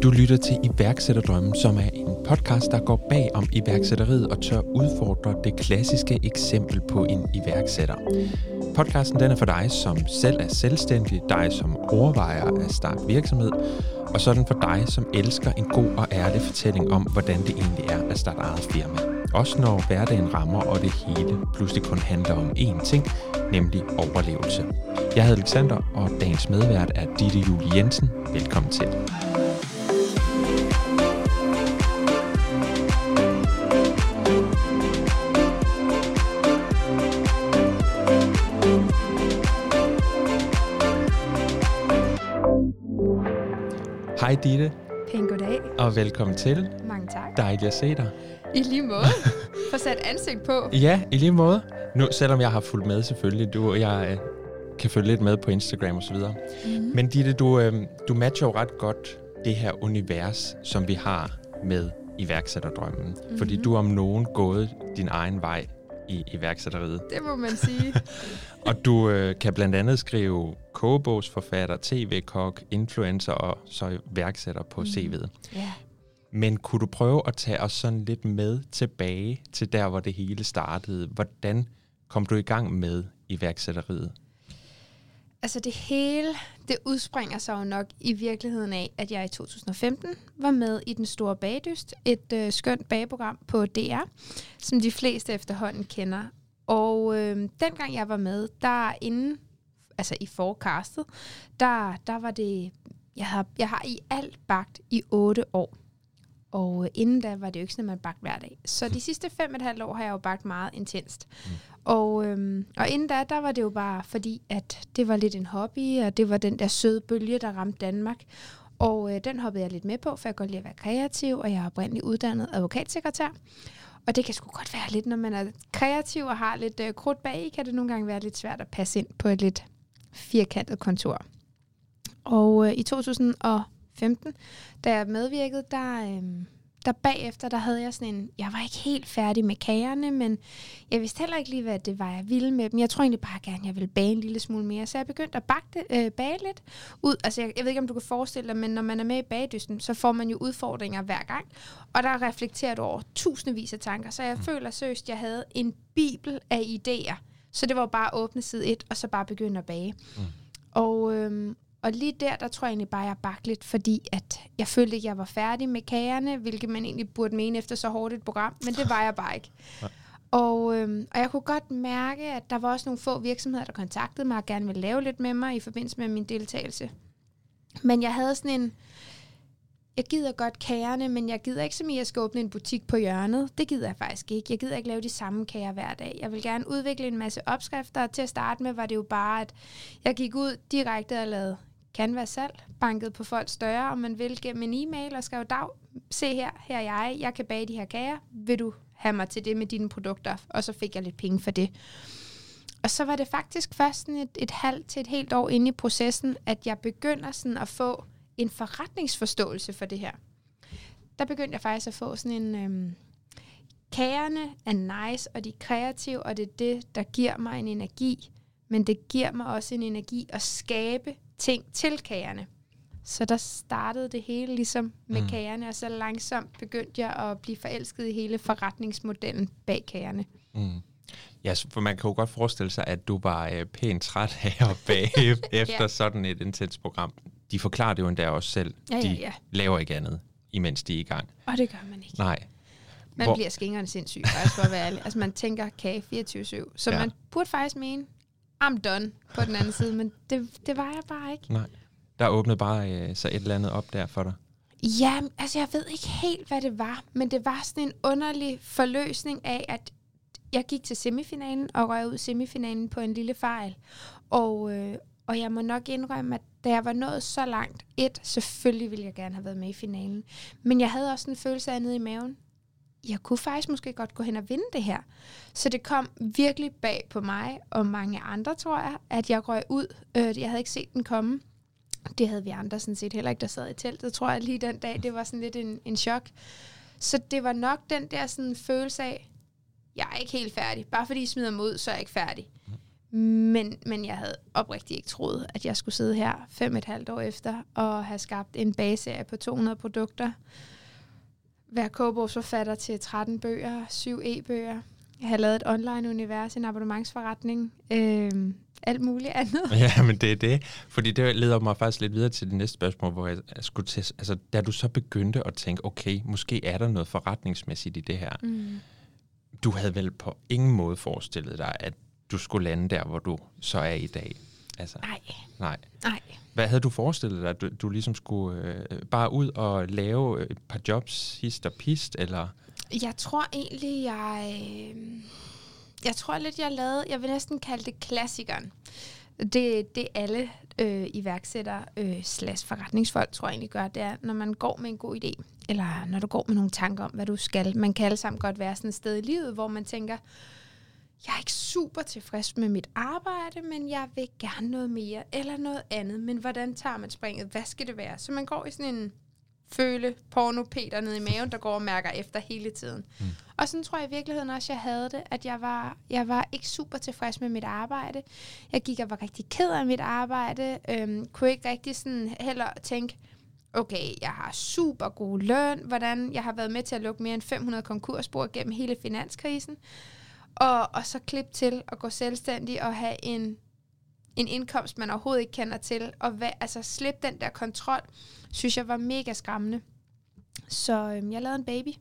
Du lytter til Iværksætterdrømmen, som er en podcast, der går bag om iværksætteriet og tør udfordre det klassiske eksempel på en iværksætter. Podcasten den er for dig, som selv er selvstændig, dig som overvejer at starte virksomhed, og sådan for dig, som elsker en god og ærlig fortælling om, hvordan det egentlig er at starte eget firma. Også når hverdagen rammer, og det hele pludselig kun handler om én ting, nemlig overlevelse. Jeg hedder Alexander, og dagens medvært er Ditte Julie Jensen. Velkommen til. Hej Ditte. Pæn goddag. Og velkommen til. Mange tak. Dejligt at se dig. I lige måde. Få sat ansigt på. Ja, i lige måde. Nu, selvom jeg har fulgt med selvfølgelig, du og jeg kan følge lidt med på Instagram og så videre. Mm-hmm. Men Ditte, du matcher jo ret godt det her univers, som vi har med iværksætterdrømmen. Mm-hmm. Fordi du om nogen gået din egen vej i iværksætteriet. Det må man sige. Og du kan blandt andet skrive kogebogsforfatter, tv-kok, influencer og så iværksætter på CV'et. Yeah. Men kunne du prøve at tage os sådan lidt med tilbage til der, hvor det hele startede? Hvordan kom du i gang med iværksætteriet? Altså det hele, det udspringer sig jo nok i virkeligheden af, at jeg i 2015 var med i Den Store Bagdyst, et skønt bageprogram på DR, som de fleste efterhånden kender. Og dengang jeg var med, altså i forecastet, der var det, jeg har i alt bagt i 8 år. Og inden da var det jo ikke sådan, at man bagte hver dag. Så de sidste 5,5 år har jeg jo bagt meget intenst. Og inden da, der var det jo bare fordi, at det var lidt en hobby, og det var den der søde bølge, der ramte Danmark. Og den hoppede jeg lidt med på, for jeg godt lide at være kreativ, og jeg er oprindeligt uddannet advokatsekretær. Og det kan sgu godt være lidt, når man er kreativ og har lidt krudt bag, kan det nogle gange være lidt svært at passe ind på et lidt firkantet kontor. Og i 2015, da jeg medvirkede, der bagefter, der havde jeg sådan jeg var ikke helt færdig med kagerne, men jeg vidste heller ikke lige, hvad det var, jeg ville med dem. Jeg tror egentlig bare gerne, jeg ville bage en lille smule mere, så jeg begyndte at bage lidt ud. Altså jeg ved ikke, om du kan forestille dig, men når man er med i bagdysten, så får man jo udfordringer hver gang, og der reflekterer du over tusindvis af tanker, så jeg føler seriøst, jeg havde en bibel af idéer, så det var bare at åbne side 1, og så bare begynde at bage. Og lige der tror jeg egentlig bare, jeg bagte lidt, fordi at jeg følte ikke, jeg var færdig med kagerne, hvilket man egentlig burde mene efter så hårdt et program, men det var jeg bare ikke. Og jeg kunne godt mærke, at der var også nogle få virksomheder, der kontaktede mig og gerne ville lave lidt med mig i forbindelse med min deltagelse. Men jeg havde sådan jeg gider godt kagerne, men jeg gider ikke, som jeg skal åbne en butik på hjørnet. Det gider jeg faktisk ikke. Jeg gider ikke lave de samme kager hver dag. Jeg vil gerne udvikle en masse opskrifter. Til at starte med var det jo bare, at jeg gik ud direkte og lavede Canva-salg, bankede på folks døre, og man ville gennem en e-mail og skrev, Dag, se her er jeg kan bage de her kager. Vil du have mig til det med dine produkter? Og så fik jeg lidt penge for det. Og så var det faktisk først et halvt til et helt år inde i processen, at jeg begynder sådan at få en forretningsforståelse for det her. Der begyndte jeg faktisk at få sådan en kagerne er nice, og de er kreative, og det er det, der giver mig en energi. Men det giver mig også en energi at skabe ting til kagerne. Så der startede det hele ligesom med kagerne, og så langsomt begyndte jeg at blive forelsket i hele forretningsmodellen bag kagerne. Ja, for man kan jo godt forestille sig, at du var pænt træt af at bage efter sådan et intens program. De forklarer det jo endda også selv. De laver ikke andet, imens de er i gang. Og det gør man ikke. Nej. Man bliver skingerne sindssygt, faktisk for at være ærlig. Altså man tænker kage 24/7. Så man burde faktisk mene, I'm done på den anden side, men det var jeg bare ikke. Nej. Der åbnede bare så et eller andet op der for dig. Ja, altså jeg ved ikke helt, hvad det var, men det var sådan en underlig forløsning af, at jeg gik til semifinalen og røg ud semifinalen på en lille fejl. Og jeg må nok indrømme, at da jeg var nået så langt, selvfølgelig ville jeg gerne have været med i finalen. Men jeg havde også en følelse af nede i maven. Jeg kunne faktisk måske godt gå hen og vinde det her. Så det kom virkelig bag på mig og mange andre, tror jeg, at jeg røg ud. Jeg havde ikke set den komme. Det havde vi andre sådan set heller ikke, der sad i teltet, tror jeg lige den dag. Det var sådan lidt en chok. Så det var nok den der sådan følelse af, jeg er ikke helt færdig. Bare fordi I smider mig ud, så er jeg ikke færdig. Men jeg havde oprigtigt ikke troet, at jeg skulle sidde her 5,5 år efter og have skabt en bageserie på 200 produkter. Være kogebogsforfatter til 13 bøger, 7 e-bøger. Jeg har lavet et online-univers, en abonnementsforretning, alt muligt andet. Ja, men det er det. Fordi det leder mig faktisk lidt videre til det næste spørgsmål, hvor jeg skulle til, altså da du så begyndte at tænke, okay, måske er der noget forretningsmæssigt i det her. Du havde vel på ingen måde forestillet dig, at du skulle lande der, hvor du så er i dag? Altså, Nej. Hvad havde du forestillet dig, at du ligesom skulle bare ud og lave et par jobs, hist og pist, eller? Jeg tror egentlig, jeg vil næsten kalde det klassikeren. Det alle iværksættere / forretningsfolk, tror jeg egentlig gør, det er, når man går med en god idé, eller når du går med nogle tanker om, hvad du skal. Man kan alle sammen godt være sådan et sted i livet, hvor man tænker, jeg er ikke super tilfreds med mit arbejde, men jeg vil gerne noget mere, eller noget andet. Men hvordan tager man springet? Hvad skal det være? Så man går i sådan en porno-Peter nede i maven, der går og mærker efter hele tiden. Og sådan tror jeg i virkeligheden også, jeg havde det, at jeg var ikke super tilfreds med mit arbejde. Jeg gik og var rigtig ked af mit arbejde, kunne ikke rigtig sådan heller tænke, okay, jeg har super god løn, hvordan jeg har været med til at lukke mere end 500 konkursbord gennem hele finanskrisen, og så klip til at gå selvstændig og have en indkomst, man overhovedet ikke kender til, og slippe den der kontrol, synes jeg var mega skræmmende. Så jeg lavede en baby.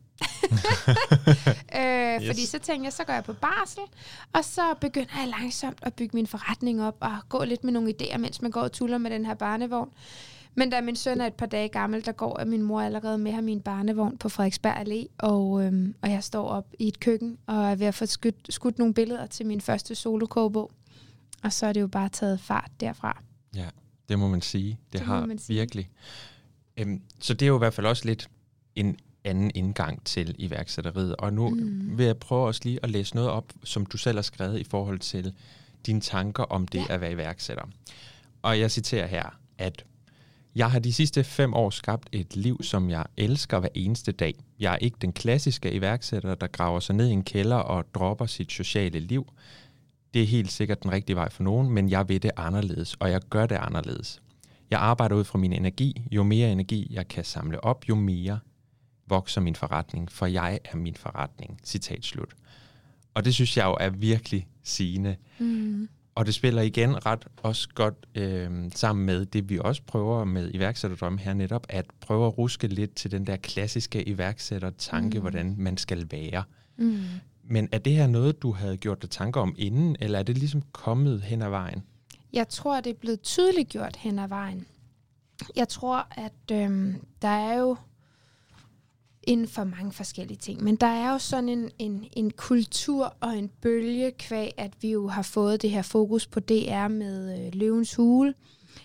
Yes. Fordi så tænkte jeg, så går jeg på barsel, og så begynder jeg langsomt at bygge min forretning op, og gå lidt med nogle idéer, mens man går og tuller med den her barnevogn. Men da min søn er et par dage gammel, der går min mor allerede med ham i en barnevogn på Frederiksberg Allé, og jeg står op i et køkken, og er ved at få skudt nogle billeder til min første solo-kogebog. Og så er det jo bare taget fart derfra. Ja, det må man sige. Det har virkelig. Så det er jo i hvert fald også lidt en anden indgang til iværksætteriet. Og nu vil jeg prøve også lige at læse noget op, som du selv har skrevet i forhold til dine tanker om det at være iværksætter. Og jeg citerer her, at jeg har de sidste 5 år skabt et liv, som jeg elsker hver eneste dag. Jeg er ikke den klassiske iværksætter, der graver sig ned i en kælder og dropper sit sociale liv. Det er helt sikkert den rigtige vej for nogen, men jeg vil det anderledes, og jeg gør det anderledes. Jeg arbejder ud fra min energi. Jo mere energi jeg kan samle op, jo mere vokser min forretning, for jeg er min forretning. Citat slut. Og det synes jeg jo er virkelig sigende. Og det spiller igen ret også godt sammen med det, vi også prøver med iværksætterdrømme her netop, at prøve at ruske lidt til den der klassiske iværksættertanke, hvordan man skal være. Men er det her noget, du havde gjort dig tanker om inden, eller er det ligesom kommet hen ad vejen? Jeg tror, det er blevet tydeligt gjort hen ad vejen. Jeg tror, at der er jo inden for mange forskellige ting, men der er jo sådan en kultur og en bølge kvæg, at vi jo har fået det her fokus på DR med Løvens Hule,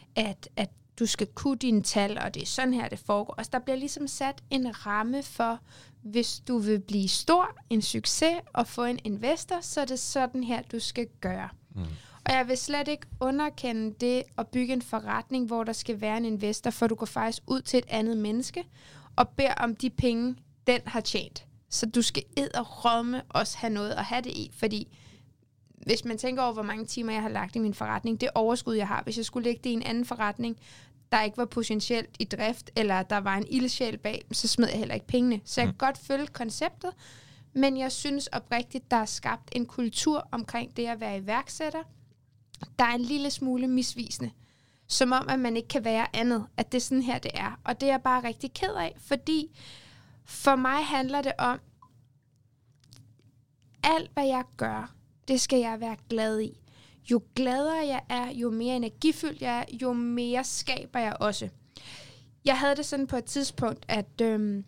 at du skal kunne dine tal, og det er sådan her, det foregår. Altså, der bliver ligesom sat en ramme for, hvis du vil blive stor, en succes og få en investor, så er det sådan her, du skal gøre. Og jeg vil slet ikke underkende det at bygge en forretning, hvor der skal være en investor, for du går faktisk ud til et andet menneske og beder om de penge, den har tjent. Så du skal edderrømme også have noget at have det i, fordi hvis man tænker over, hvor mange timer jeg har lagt i min forretning, det overskud, jeg har, hvis jeg skulle lægge det i en anden forretning, der ikke var potentielt i drift, eller der var en ildsjæl bag, så smed jeg heller ikke pengene. Så jeg kan godt følge konceptet, men jeg synes oprigtigt, der er skabt en kultur omkring det at være iværksætter, der er en lille smule misvisende. Som om, at man ikke kan være andet, at det er sådan her, det er. Og det er jeg bare rigtig ked af, fordi for mig handler det om, alt hvad jeg gør, det skal jeg være glad i. Jo gladere jeg er, jo mere energifyldt jeg er, jo mere skaber jeg også. Jeg havde det sådan på et tidspunkt, at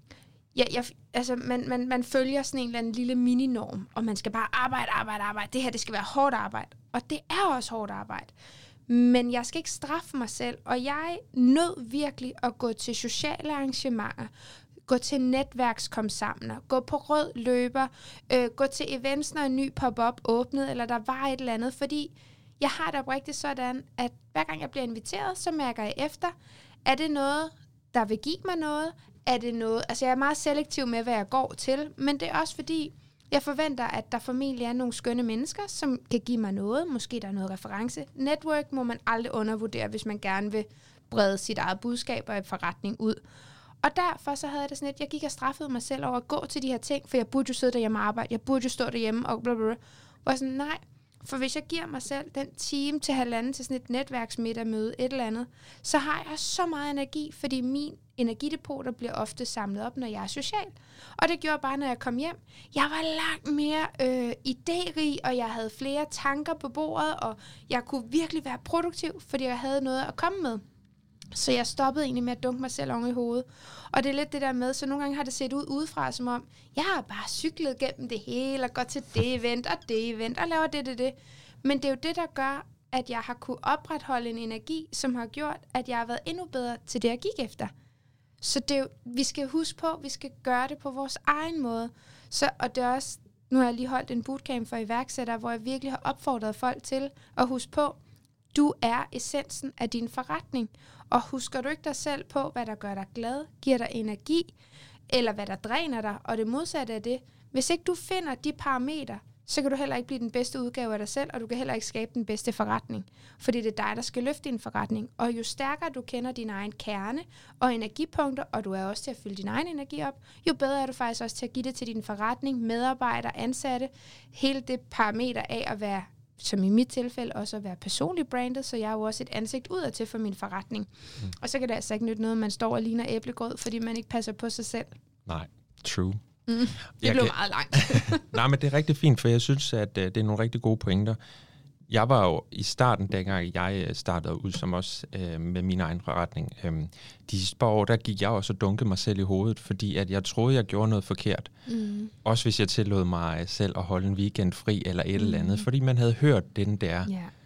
man følger sådan en eller anden lille mininorm, og man skal bare arbejde. Det her, det skal være hårdt arbejde. Og det er også hårdt arbejde. Men jeg skal ikke straffe mig selv, og jeg nød virkelig at gå til sociale arrangementer, gå til netværkskomsamler, gå på rød løber, gå til events, når en ny pop-up åbnede, eller der var et eller andet, fordi jeg har det oprigtigt sådan, at hver gang jeg bliver inviteret, så mærker jeg efter, er det noget, der vil give mig noget? Er det noget, altså jeg er meget selektiv med, hvad jeg går til, men det er også fordi, Jeg forventer, at der formentlig er nogle skønne mennesker, som kan give mig noget. Måske der er noget reference. Network må man aldrig undervurdere, hvis man gerne vil brede sit eget budskab og en forretning ud. Og derfor så havde jeg det sådan lidt, jeg gik og straffede mig selv over at gå til de her ting, for jeg burde jo sidde derhjemme og arbejde, jeg burde jo stå derhjemme og blablabla. Hvor sådan, nej, for hvis jeg giver mig selv den time til halvanden til sådan et netværksmiddagmøde, et eller andet, så har jeg så meget energi, fordi min energidepoter bliver ofte samlet op, når jeg er social. Og det gjorde bare, når jeg kom hjem. Jeg var langt mere idérig, og jeg havde flere tanker på bordet, og jeg kunne virkelig være produktiv, fordi jeg havde noget at komme med. Så jeg stoppede egentlig med at dunke mig selv oven i hovedet. Og det er lidt det der med, så nogle gange har det set ud udefra, som om, jeg har bare cyklet gennem det hele, og går til det event, og laver det. Men det er jo det, der gør, at jeg har kunne opretholde en energi, som har gjort, at jeg har været endnu bedre til det, jeg gik efter. Så det er jo, vi skal huske på, vi skal gøre det på vores egen måde. Og det er også, nu har jeg lige holdt en bootcamp for iværksættere, hvor jeg virkelig har opfordret folk til at huske på, du er essensen af din forretning. Og husker du ikke dig selv på, hvad der gør dig glad, giver dig energi, eller hvad der dræner dig, og det modsatte af det. Hvis ikke du finder de parametre, så kan du heller ikke blive den bedste udgave af dig selv, og du kan heller ikke skabe den bedste forretning. Fordi det er dig, der skal løfte din forretning. Og jo stærkere du kender din egen kerne og energipunkter, og du er også til at fylde din egen energi op, jo bedre er du faktisk også til at give det til din forretning, medarbejdere, ansatte, hele det parameter af at være, som i mit tilfælde, også at være personligt brandet, så jeg er jo også et ansigt udadtil for min forretning. Og så kan det altså ikke nytte noget, man står og ligner æblegrød, fordi man ikke passer på sig selv. Nej, true. Det blev meget langt. Nej, men det er rigtig fint, for jeg synes, at det er nogle rigtig gode pointer. Jeg var jo i starten, dengang jeg startede ud som også med min egen forretning. De sidste par år, der gik jeg også og dunkede mig selv i hovedet, fordi at jeg troede, jeg gjorde noget forkert. Også hvis jeg tillod mig selv at holde en weekend fri eller et eller andet, fordi man havde hørt den der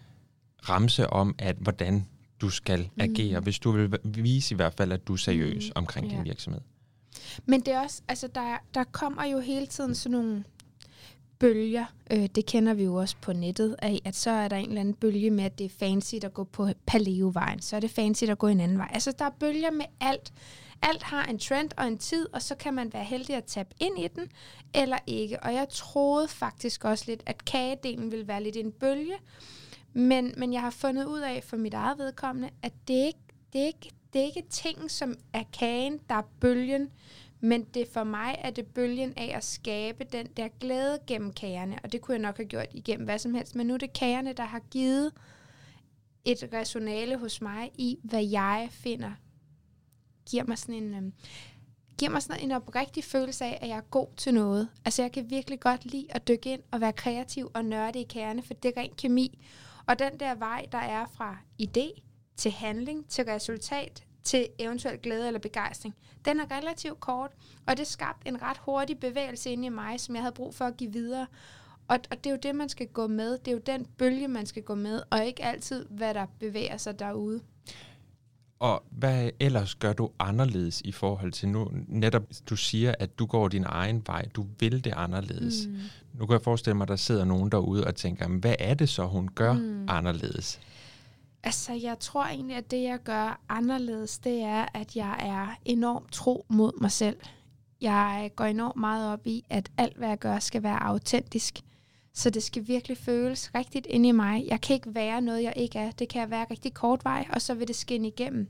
ramse om, at hvordan du skal agere, hvis du vil vise i hvert fald, at du er seriøs omkring din virksomhed. Men det er også, altså der kommer jo hele tiden sådan nogle bølger. Det kender vi jo også på nettet af, at så er der en eller anden bølge med, at det er fancy at gå på Paleo-vejen. Så er det fancy at gå en anden vej. Altså der er bølger med alt. Alt har en trend og en tid, og så kan man være heldig at tabe ind i den, eller ikke. Og jeg troede faktisk også lidt, at kagedelen ville være lidt en bølge. Men jeg har fundet ud af for mit eget vedkommende, at det er ikke ting, som er kagen, der er bølgen, men det for mig er det bølgen af at skabe den der glæde gennem kagerne, og det kunne jeg nok have gjort igennem hvad som helst, men nu er det kagerne, der har givet et resonale hos mig i, hvad jeg finder, giver mig sådan en oprigtig følelse af, at jeg er god til noget. Altså jeg kan virkelig godt lide at dykke ind og være kreativ og nørde i kagerne, for det er ren kemi. Og den der vej, der er fra idé til handling, til resultat, til eventuel glæde eller begejstring, den er relativt kort, og det skabte en ret hurtig bevægelse inde i mig, som jeg havde brug for at give videre. Og det er jo det, man skal gå med. Det er jo den bølge, man skal gå med, og ikke altid, hvad der bevæger sig derude. Og hvad ellers gør du anderledes i forhold til nu? Netop, du siger, at du går din egen vej. Du vil det anderledes. Nu kan jeg forestille mig, at der sidder nogen derude og tænker, hvad er det så, hun gør anderledes? Altså, jeg tror egentlig, at det, jeg gør anderledes, det er, at jeg er enormt tro mod mig selv. Jeg går enormt meget op i, at alt, hvad jeg gør, skal være autentisk. Så det skal virkelig føles rigtigt inde i mig. Jeg kan ikke være noget, jeg ikke er. Det kan jeg være rigtig kort vej, og så vil det skinne igennem.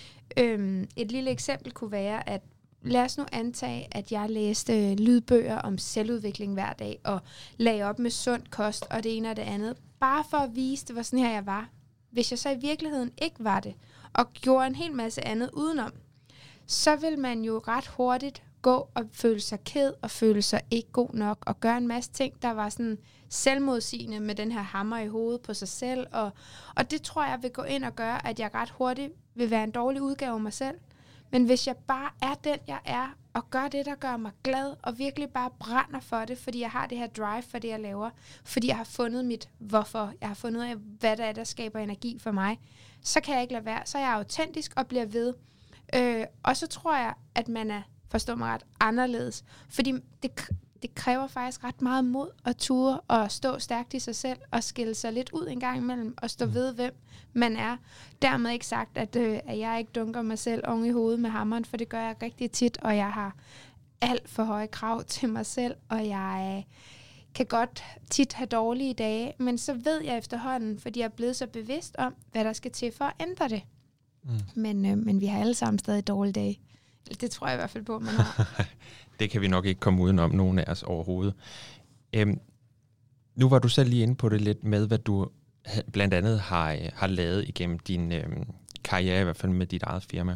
Et lille eksempel kunne være, at lad os nu antage, at jeg læste lydbøger om selvudvikling hver dag, og lagde op med sund kost og det ene og det andet. Bare for at vise, det var sådan her, jeg var. Hvis jeg så i virkeligheden ikke var det, og gjorde en hel masse andet udenom, så vil man jo ret hurtigt gå og føle sig ked, og føle sig ikke god nok, og gøre en masse ting, der var sådan selvmodsigende med den her hammer i hovedet på sig selv. Og det tror jeg vil gå ind og gøre, at jeg ret hurtigt vil være en dårlig udgave af mig selv. Men hvis jeg bare er den, jeg er, og gør det, der gør mig glad, og virkelig bare brænder for det, fordi jeg har det her drive for det, jeg laver, fordi jeg har fundet mit hvorfor, jeg har fundet ud af, hvad der er, der skaber energi for mig, så kan jeg ikke lade være. Så er jeg autentisk og bliver ved. Og så tror jeg, at man er, forstår mig ret, anderledes. Fordi det kræver faktisk ret meget mod at ture og stå stærkt i sig selv og skille sig lidt ud en gang imellem og stå ved, hvem man er. Dermed ikke sagt, at jeg ikke dunker mig selv oven i hovedet med hammeren, for det gør jeg rigtig tit, og jeg har alt for høje krav til mig selv, og jeg kan godt tit have dårlige dage, men så ved jeg efterhånden, fordi jeg er blevet så bevidst om, hvad der skal til for at ændre det. Men vi har alle sammen stadig dårlige dage. Det tror jeg i hvert fald på, man har. Det kan vi nok ikke komme udenom, nogen af os overhovedet. Nu var du selv lige inde på det lidt med, hvad du blandt andet har lavet igennem din karriere, i hvert fald med dit eget firma.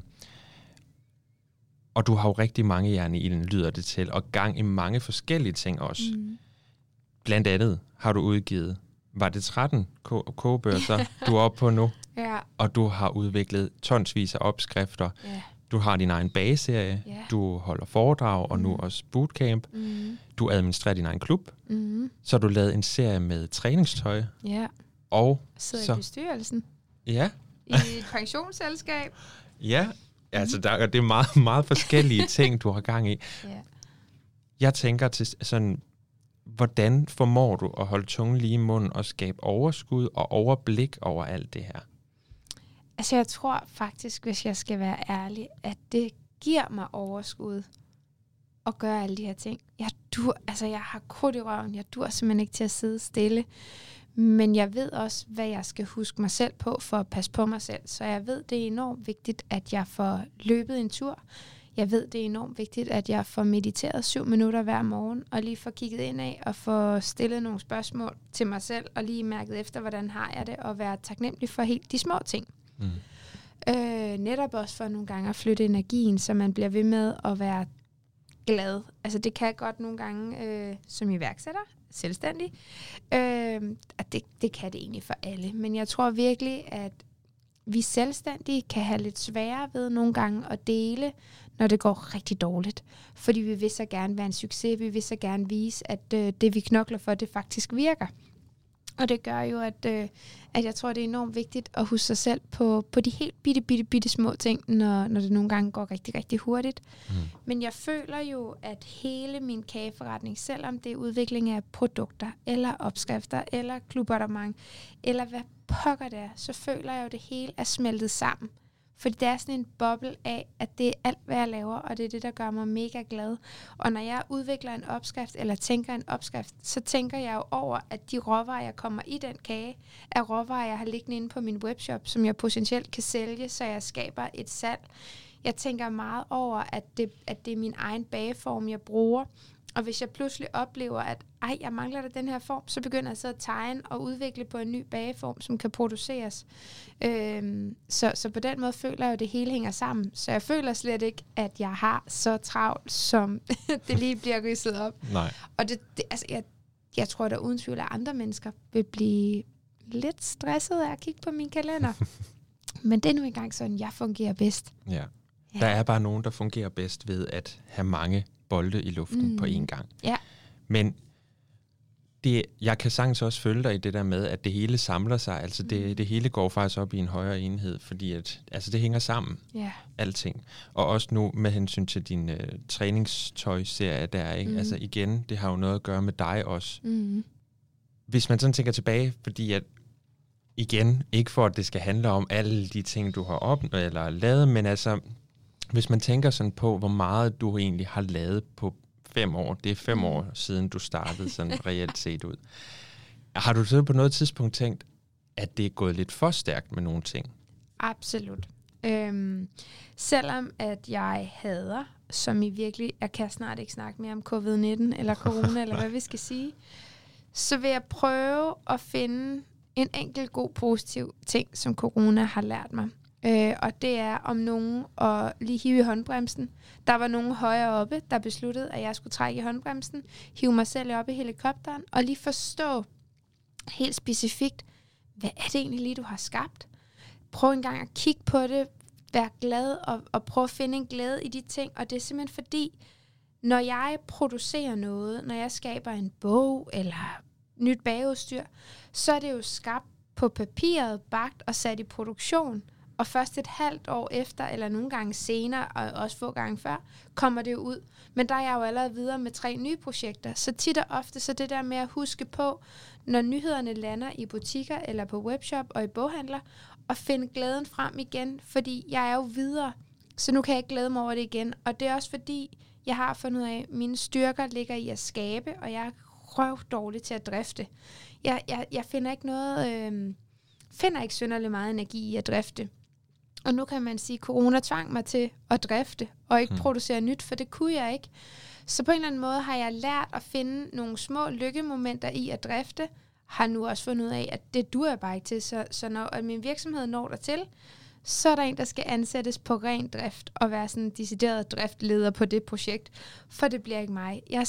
Og du har jo rigtig mange jern i ilden, lyder det til, og gang i mange forskellige ting også. Blandt andet har du udgivet, var det 13 kogebøger, så du er oppe på nu? Ja. Og du har udviklet tonsvis af opskrifter. Ja. Du har din egen bageserie, du holder foredrag, og nu også bootcamp. Du administrerer din egen klub. Så har du lavet en serie med træningstøj. Ja. Og sidder i bestyrelsen. Ja. I et pensionsselskab. Ja, altså det er meget, meget forskellige ting, du har gang i. Ja. Jeg tænker til sådan, hvordan formår du at holde tungen lige i munden og skabe overskud og overblik over alt det her? Altså jeg tror faktisk, hvis jeg skal være ærlig, at det giver mig overskud at gøre alle de her ting. Jeg har krudt i røven, jeg dur simpelthen ikke til at sidde stille. Men jeg ved også, hvad jeg skal huske mig selv på for at passe på mig selv. Så jeg ved, det er enormt vigtigt, at jeg får løbet en tur. Jeg ved, det er enormt vigtigt, at jeg får mediteret 7 minutter hver morgen, og lige får kigget ind af og får stillet nogle spørgsmål til mig selv, og lige mærket efter, hvordan har jeg det, og være taknemmelig for helt de små ting. Netop også for nogle gange at flytte energien, så man bliver ved med at være glad. Altså det kan godt nogle gange, som iværksætter, selvstændig, at det kan det egentlig for alle. Men jeg tror virkelig, at vi selvstændige kan have lidt sværere ved nogle gange at dele, når det går rigtig dårligt. Fordi vi vil så gerne være en succes, vi vil så gerne vise, at det vi knokler for, det faktisk virker. Og det gør jo, at jeg tror, det er enormt vigtigt at huske sig selv på de helt bitte små ting, når det nogle gange går rigtig, rigtig hurtigt. Men jeg føler jo, at hele min kageforretning, selvom det er udvikling af produkter, eller opskrifter, eller klubabonnement, eller hvad pokker det er, så føler jeg jo, at det hele er smeltet sammen. Fordi det er sådan en boble af, at det er alt, hvad jeg laver, og det er det, der gør mig mega glad. Og når jeg udvikler en opskrift, eller tænker en opskrift, så tænker jeg jo over, at de råvarer, jeg kommer i den kage, er råvarer, jeg har liggende inde på min webshop, som jeg potentielt kan sælge, så jeg skaber et salg. Jeg tænker meget over, at det er min egen bageform, jeg bruger. Og hvis jeg pludselig oplever, at jeg mangler da den her form, så begynder jeg så at tegne og udvikle på en ny bageform, som kan produceres. Så på den måde føler jeg jo, at det hele hænger sammen. Så jeg føler slet ikke, at jeg har så travlt, som det lige bliver ridset op. Nej. Og jeg tror, der uden tvivl, at andre mennesker vil blive lidt stresset af at kigge på min kalender. Men det er nu engang sådan, jeg fungerer bedst. Ja. Der er bare nogen, der fungerer bedst ved at have mange bolde i luften på én gang. Ja. Men jeg kan sagtens også følge dig i det der med, at det hele samler sig. Altså det hele går faktisk op i en højere enhed, fordi det hænger sammen. Ja. Alting. Og også nu med hensyn til din træningstøjserie der, ikke? Altså igen, det har jo noget at gøre med dig også. Hvis man sådan tænker tilbage, fordi at igen, ikke for at det skal handle om alle de ting, du har opnået eller lavet, men altså, hvis man tænker sådan på, hvor meget du egentlig har lavet på 5 år, det er 5 år siden, du startede sådan reelt set ud. Har du så på noget tidspunkt tænkt, at det er gået lidt for stærkt med nogle ting? Absolut. Selvom at jeg hader, som i virkelig, jeg kan snart ikke snakke mere om covid-19 eller corona, eller hvad vi skal sige, så vil jeg prøve at finde en enkelt god positiv ting, som corona har lært mig. Og det er om nogen at lige hive i håndbremsen. Der var nogen højere oppe, der besluttede, at jeg skulle trække i håndbremsen, hive mig selv op i helikopteren, og lige forstå helt specifikt, hvad er det egentlig lige, du har skabt? Prøv en gang at kigge på det, vær glad, og prøv at finde en glæde i de ting. Og det er simpelthen fordi, når jeg producerer noget, når jeg skaber en bog, eller nyt bageudstyr, så er det jo skabt på papiret, bagt og sat i produktion. Og først et halvt år efter, eller nogle gange senere, og også få gange før, kommer det jo ud. Men der er jeg jo allerede videre med 3 nye projekter. Så tit og ofte, så det der med at huske på, når nyhederne lander i butikker, eller på webshop og i boghandler, og finde glæden frem igen, fordi jeg er jo videre. Så nu kan jeg ikke glæde mig over det igen. Og det er også fordi, Jeg har fundet ud af, at mine styrker ligger i at skabe, og jeg er røvdårlig til at drifte. Jeg finder ikke noget, finder ikke synderligt meget energi i at drifte. Og nu kan man sige, at corona tvang mig til at drifte, og ikke producere nyt, for det kunne jeg ikke. Så på en eller anden måde har jeg lært at finde nogle små lykkemomenter i at drifte, har nu også fundet ud af, at det duer jeg bare ikke til. Så når min virksomhed når dertil, så er der en, der skal ansættes på ren drift, og være sådan en decideret driftleder på det projekt, for det bliver ikke mig. Jeg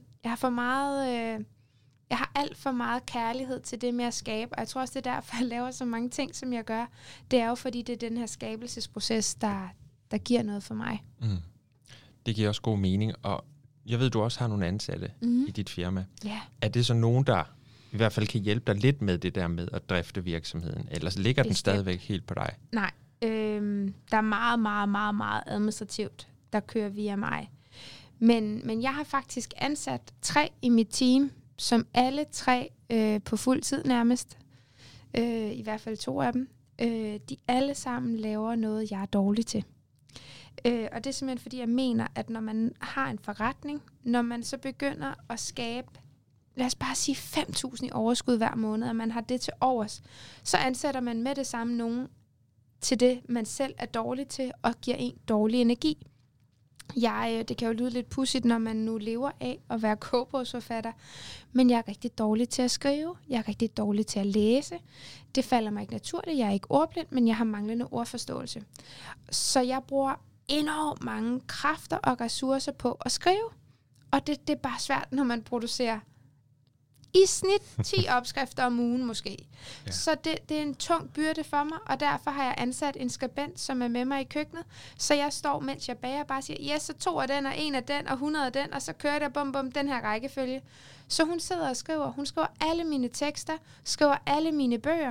har alt for meget kærlighed til det med at skabe, og jeg tror også, det er derfor, jeg laver så mange ting, som jeg gør. Det er jo, fordi det er den her skabelsesproces, der giver noget for mig. Det giver også god mening, og jeg ved, du også har nogle ansatte i dit firma. Ja. Er det så nogen, der i hvert fald kan hjælpe dig lidt med det der med at drifte virksomheden, eller ligger den stadigvæk helt på dig? Nej, der er meget, meget, meget, meget administrativt, der kører via mig. Men jeg har faktisk ansat 3 i mit team, som alle 3 på fuld tid nærmest, i hvert fald 2 af dem, de alle sammen laver noget, jeg er dårlig til. Og det er simpelthen fordi, jeg mener, at når man har en forretning, når man så begynder at skabe, lad os bare sige 5.000 i overskud hver måned, og man har det til overs, så ansætter man med det samme nogen til det, man selv er dårlig til, og giver en dårlig energi. Det kan jo lyde lidt pudsigt, når man nu lever af at være kogebogsforfatter, men jeg er rigtig dårlig til at skrive, jeg er rigtig dårlig til at læse. Det falder mig ikke naturligt, jeg er ikke ordblind, men jeg har manglende ordforståelse. Så jeg bruger enormt mange kræfter og ressourcer på at skrive, og det er bare svært, når man producerer i snit 10 opskrifter om ugen måske. Ja. Så det er en tung byrde for mig, og derfor har jeg ansat en skribent, som er med mig i køkkenet. Så jeg står, mens jeg bager, bare siger, yes, så 2 af den, og 1 af den, og 100 af den, og så kører der bum, den her rækkefølge. Så hun sidder og skriver. Hun skriver alle mine tekster, skriver alle mine bøger.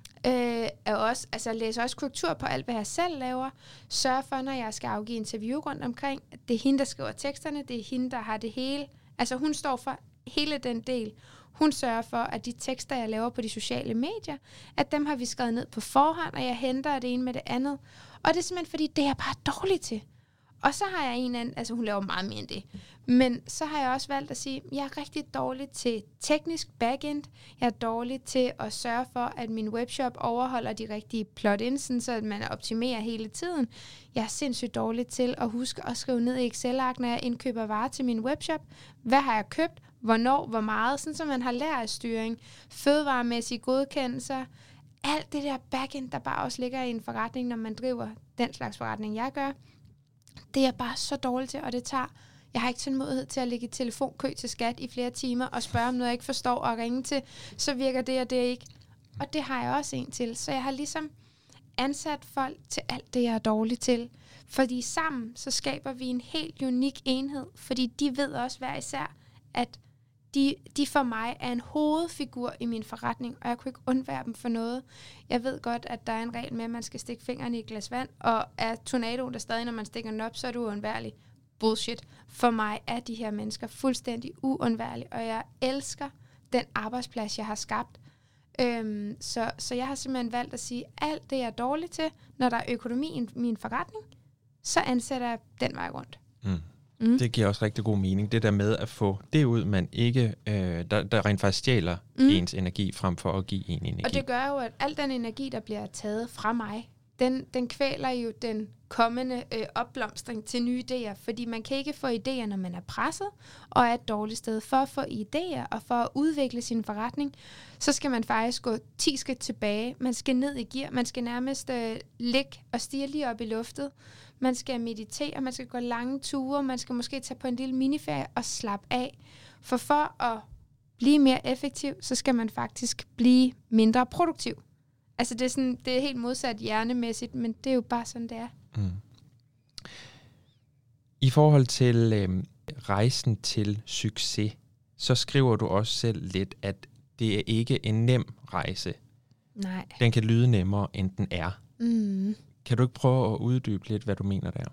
Læser også korrektur på alt, hvad jeg selv laver. Sørger for, når jeg skal afgive interview rundt omkring, det er hende, der skriver teksterne, det er hende, der har det hele. Altså hun står for hele den del. Hun sørger for, at de tekster, jeg laver på de sociale medier, at dem har vi skrevet ned på forhånd, og jeg henter det ene med det andet. Og det er simpelthen, fordi det er jeg bare dårlig til. Og så har jeg en anden, altså hun laver meget mere end det, men så har jeg også valgt at sige, at jeg er rigtig dårlig til teknisk backend. Jeg er dårlig til at sørge for, at min webshop overholder de rigtige plugins, så man optimerer hele tiden. Jeg er sindssygt dårlig til at huske at skrive ned i Excel-ark, når jeg indkøber varer til min webshop. Hvad har jeg købt? Hvornår? Hvor meget? Sådan så man har lærerstyring, fødevaremæssige godkendelser, alt det der backend, der bare også ligger i en forretning, når man driver den slags forretning, jeg gør. Det er jeg bare så dårlig til, og det tager. Jeg har ikke tålmodighed til at ligge i telefonkø til skat i flere timer og spørge om noget, jeg ikke forstår og ringe til, så virker det og det ikke. Og det har jeg også en til. Så jeg har ligesom ansat folk til alt det, jeg er dårlig til. Fordi sammen, så skaber vi en helt unik enhed, fordi de ved også hver især, at de for mig er en hovedfigur i min forretning, og jeg kunne ikke undvære dem for noget. Jeg ved godt, at der er en regel med, at man skal stikke fingrene i et glas vand, og er tornadoen der stadig, når man stikker den op, så er du uundværlig. Bullshit. For mig er de her mennesker fuldstændig uundværlige, og jeg elsker den arbejdsplads, jeg har skabt. Så jeg har simpelthen valgt at sige, at alt det, jeg er dårlig til, når der er økonomi i min forretning, så ansætter jeg den vej rundt. Det giver også rigtig god mening. Det der med at få det ud, man ikke, der rent faktisk stjæler ens energi, frem for at give en energi. Og det gør jo, at al den energi, der bliver taget fra mig, den kvæler jo den kommende opblomstring til nye idéer, fordi man kan ikke få idéer, når man er presset og er et dårligt sted. For at få idéer og for at udvikle sin forretning, så skal man faktisk gå 10 skridt tilbage. Man skal ned i gear, man skal nærmest ligge og stige lige op i luftet. Man skal meditere, man skal gå lange ture, man skal måske tage på en lille miniferie og slappe af. For at blive mere effektiv, så skal man faktisk blive mindre produktiv. Altså det er helt modsat hjernemæssigt, men det er jo bare sådan, det er. I forhold til rejsen til succes, så skriver du også selv lidt, at det er ikke en nem rejse. Nej. Den kan lyde nemmere, end den er. Kan du ikke prøve at uddybe lidt, hvad du mener der?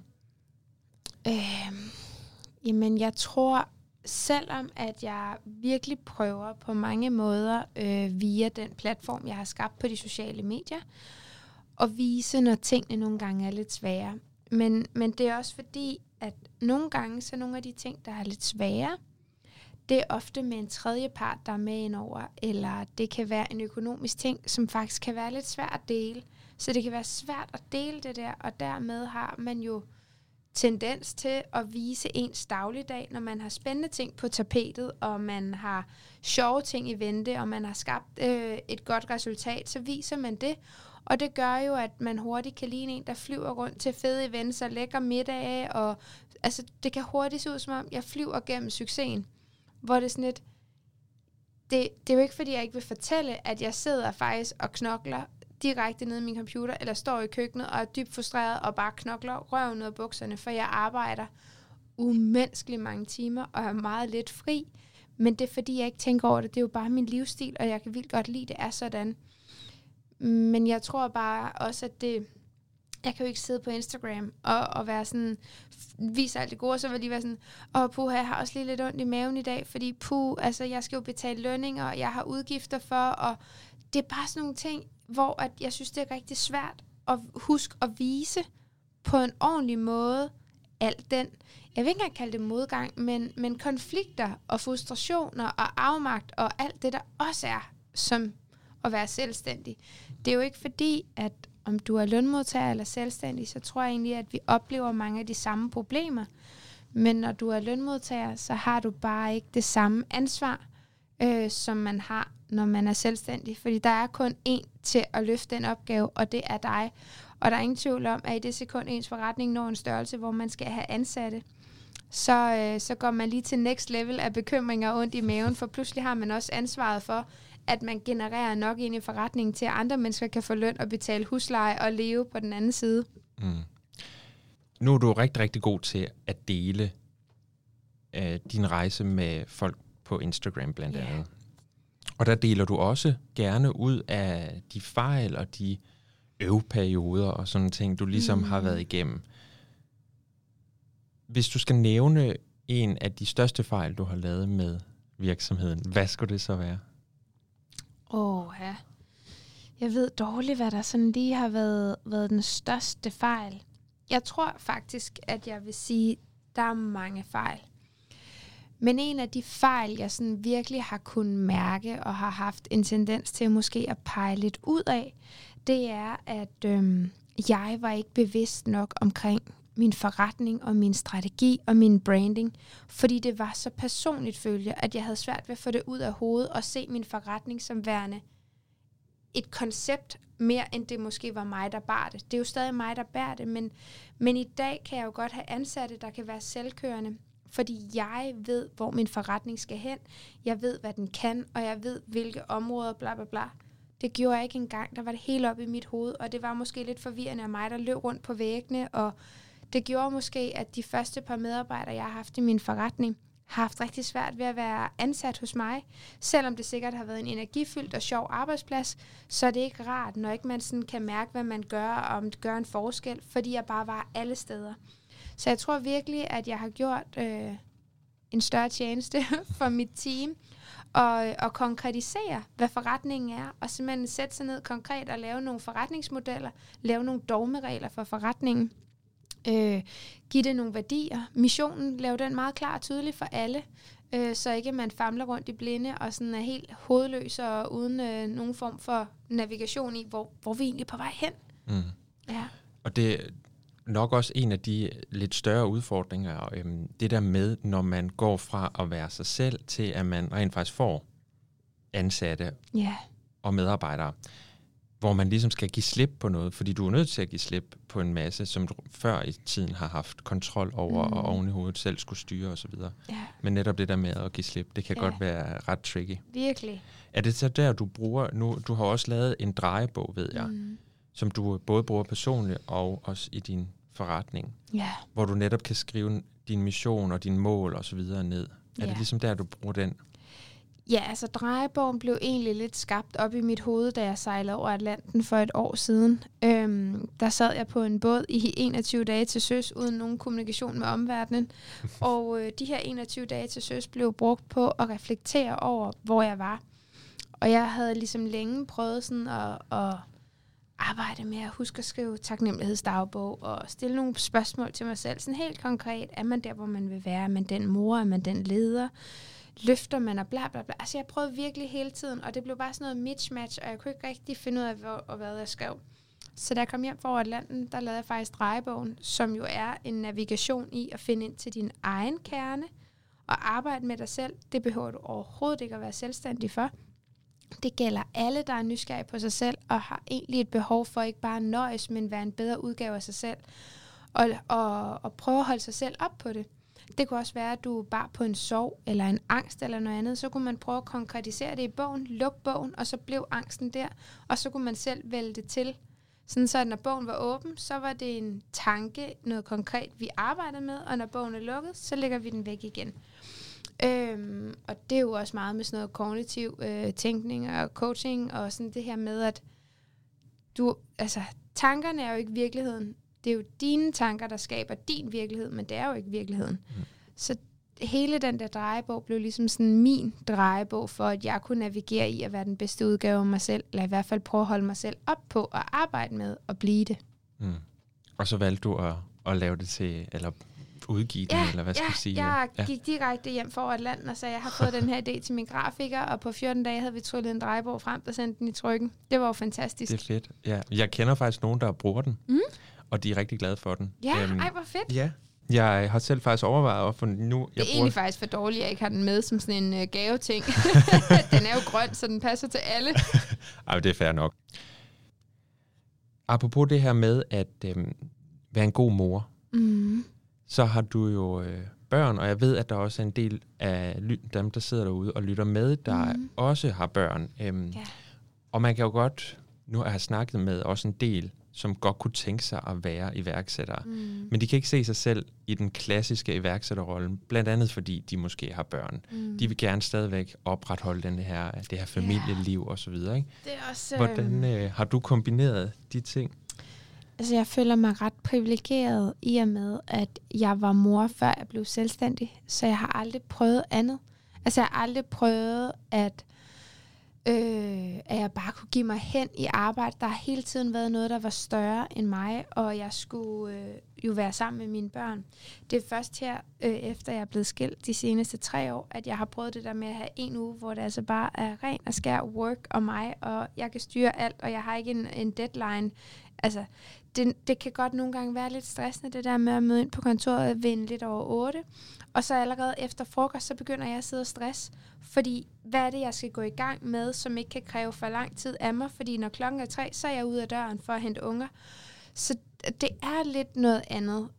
Jamen, jeg tror, selvom at jeg virkelig prøver på mange måder via den platform, jeg har skabt på de sociale medier, at vise, når tingene nogle gange er lidt svære. Men det er også fordi, at nogle gange, så nogle af de ting, der er lidt svære, det er ofte med en tredje part, der er med indover, eller det kan være en økonomisk ting, som faktisk kan være lidt svært at dele. Så det kan være svært at dele det der, og dermed har man jo tendens til at vise ens dagligdag, når man har spændende ting på tapetet, og man har sjove ting i vente, og man har skabt et godt resultat, så viser man det. Og det gør jo, at man hurtigt kan ligne en, der flyver rundt til fede events og lækker middage, og altså, det kan hurtigt se ud, som om jeg flyver gennem succesen. Hvor det er sådan lidt, det er jo ikke, fordi jeg ikke vil fortælle, at jeg sidder faktisk og knokler direkte nede i min computer, eller står i køkkenet og er dybt frustreret og bare knokler røven ud af bukserne, for jeg arbejder umenneskeligt mange timer og er meget lidt fri. Men det er, fordi jeg ikke tænker over det. Det er jo bare min livsstil, og jeg kan vildt godt lide, det er sådan. Men jeg tror bare også, at det... Jeg kan jo ikke sidde på Instagram og være sådan, vise alt det gode, så vil jeg lige være sådan, puha, jeg har også lige lidt ondt i maven i dag, fordi altså jeg skal jo betale lønninger, og jeg har udgifter for, og det er bare sådan nogle ting, hvor at jeg synes, det er rigtig svært at huske at vise på en ordentlig måde alt den, jeg vil ikke engang kalde det modgang, men konflikter og frustrationer og afmagt og alt det, der også er som at være selvstændig. Det er jo ikke fordi, at om du er lønmodtager eller selvstændig, så tror jeg egentlig, at vi oplever mange af de samme problemer. Men når du er lønmodtager, så har du bare ikke det samme ansvar, som man har, når man er selvstændig. Fordi der er kun én til at løfte den opgave, og det er dig. Og der er ingen tvivl om, at i det sekund ens forretning når en størrelse, hvor man skal have ansatte, så går man lige til next level af bekymringer og ondt i maven, for pludselig har man også ansvaret for, at man genererer nok ind i forretningen til, at andre mennesker kan få løn og betale husleje og leve på den anden side. Mm. Nu er du rigtig, rigtig god til at dele din rejse med folk på Instagram blandt andet. Og der deler du også gerne ud af de fejl og de øveperioder og sådan ting, du ligesom har været igennem. Hvis du skal nævne en af de største fejl, du har lavet med virksomheden, hvad skulle det så være? Ja. Jeg ved dårligt, hvad der sådan lige har været den største fejl. Jeg tror faktisk, at jeg vil sige, at der er mange fejl. Men en af de fejl, jeg sådan virkelig har kunnet mærke og har haft en tendens til måske at pege lidt ud af, det er, at jeg var ikke bevidst nok omkring min forretning og min strategi og min branding, fordi det var så personligt følge, at jeg havde svært ved at få det ud af hovedet og se min forretning som værende et koncept mere, end det måske var mig, der bar det. Det er jo stadig mig, der bærer det, men i dag kan jeg jo godt have ansatte, der kan være selvkørende, fordi jeg ved, hvor min forretning skal hen, jeg ved, hvad den kan, og jeg ved, hvilke områder, bla bla bla. Det gjorde jeg ikke engang. Der var det helt op i mit hoved, og det var måske lidt forvirrende af mig, der løb rundt på væggene, og det gjorde måske, at de første par medarbejdere, jeg har haft i min forretning, har haft rigtig svært ved at være ansat hos mig. Selvom det sikkert har været en energifyldt og sjov arbejdsplads, så er det ikke rart, når ikke man sådan kan mærke, hvad man gør, og om det gør en forskel, fordi jeg bare var alle steder. Så jeg tror virkelig, at jeg har gjort en større tjeneste for mit team, og konkretisere, hvad forretningen er, og simpelthen sætte sig ned konkret og lave nogle forretningsmodeller, lave nogle dogmeregler for forretningen, give det nogle værdier, missionen, lave den meget klar og tydelig for alle, så ikke man famler rundt i blinde og sådan er helt hovedløs og uden nogen form for navigation i, hvor vi egentlig er på vej hen. Mm. Ja. Og det er nok også en af de lidt større udfordringer, det der med, når man går fra at være sig selv, til at man rent faktisk får ansatte og medarbejdere, hvor man ligesom skal give slip på noget, fordi du er nødt til at give slip på en masse, som du før i tiden har haft kontrol over, og oven i hovedet selv skulle styre osv. Ja. Men netop det der med at give slip, det kan godt være ret tricky. Virkelig. Er det så der, du bruger nu? Du har også lavet en drejebog, ved jeg, som du både bruger personligt og også i din forretning, hvor du netop kan skrive din mission og dine mål og så videre ned. Er det ligesom der, du bruger den? Ja, altså drejebogen blev egentlig lidt skabt op i mit hoved, da jeg sejlede over Atlanten for et år siden. Der sad jeg på en båd i 21 dage til søs, uden nogen kommunikation med omverdenen. Og de her 21 dage til søs blev brugt på at reflektere over, hvor jeg var. Og jeg havde ligesom længe prøvet sådan at arbejde med at huske at skrive taknemmelighedsdagbog og stille nogle spørgsmål til mig selv. Sådan helt konkret, er man der, hvor man vil være? Er man den mor? Er man den leder? Løfter man og bla bla bla. Altså jeg prøvede virkelig hele tiden, og det blev bare sådan noget mismatch, og jeg kunne ikke rigtig finde ud af, hvad jeg skrev. Så da jeg kom hjem fra Atlanten, der lavede jeg faktisk drejebogen, som jo er en navigation i at finde ind til din egen kerne og arbejde med dig selv. Det behøver du overhovedet ikke at være selvstændig for. Det gælder alle, der er nysgerrige på sig selv og har egentlig et behov for ikke bare nøjes, men være en bedre udgave af sig selv og prøve at holde sig selv op på det. Det kunne også være, at du bar på en sorg eller en angst eller noget andet. Så kunne man prøve at konkretisere det i bogen, lukke bogen, og så blev angsten der. Og så kunne man selv vælge det til. Sådan så, at når bogen var åben, så var det en tanke, noget konkret, vi arbejdede med. Og når bogen er lukket, så lægger vi den væk igen. Og det er jo også meget med sådan noget kognitiv tænkning og coaching. Og sådan det her med, at tankerne er jo ikke virkeligheden. Det er jo dine tanker, der skaber din virkelighed, men det er jo ikke virkeligheden. Så hele den der drejebog blev ligesom sådan min drejebog, for at jeg kunne navigere i at være den bedste udgave af mig selv, eller i hvert fald prøve at holde mig selv op på at arbejde med at blive det. Og så valgte du at lave det til, eller udgive det, eller hvad skal jeg sige? Jeg gik direkte hjem fra Atlanten og sagde, jeg har fået den her idé til min grafiker, og på 14 dage havde vi tryllet en drejebog frem og sendt den i trykken. Det var jo fantastisk. Det er fedt. Ja. Jeg kender faktisk nogen, der bruger den. Og de er rigtig glade for den. Ja, ej, hvor fedt. Ja, jeg har selv faktisk overvejet, for nu... Det er egentlig faktisk for dårligt, at jeg ikke har den med som sådan en gaveting. Den er jo grøn, så den passer til alle. Ej, det er fair nok. Apropos det her med at være en god mor, så har du jo børn, og jeg ved, at der også er en del af dem, der sidder derude og lytter med, der også har børn. Og man kan jo godt... Nu har jeg snakket med også en del, som godt kunne tænke sig at være iværksættere. Men de kan ikke se sig selv i den klassiske iværksætterrolle, blandt andet fordi de måske har børn. De vil gerne stadigvæk opretholde det her familieliv og så videre. Ikke? Det er også, hvordan har du kombineret de ting? Altså jeg føler mig ret privilegeret i og med, at jeg var mor, før jeg blev selvstændig. Så jeg har aldrig prøvet andet. Altså jeg har aldrig prøvet, at jeg bare kunne give mig hen i arbejde. Der har hele tiden været noget, der var større end mig, og jeg skulle jo være sammen med mine børn. Det er først her, efter jeg er blevet skilt de seneste 3 år, at jeg har prøvet det der med at have 1 uge, hvor det altså bare er ren og skær work og mig, og jeg kan styre alt, og jeg har ikke en deadline. Altså, det kan godt nogle gange være lidt stressende, det der med at møde ind på kontoret ved lidt over 8, og så allerede efter frokost, så begynder jeg at sidde og stress, fordi hvad er det, jeg skal gå i gang med, som ikke kan kræve for lang tid af mig, fordi når klokken er 3, så er jeg ude af døren for at hente unger. Så det er lidt noget andet.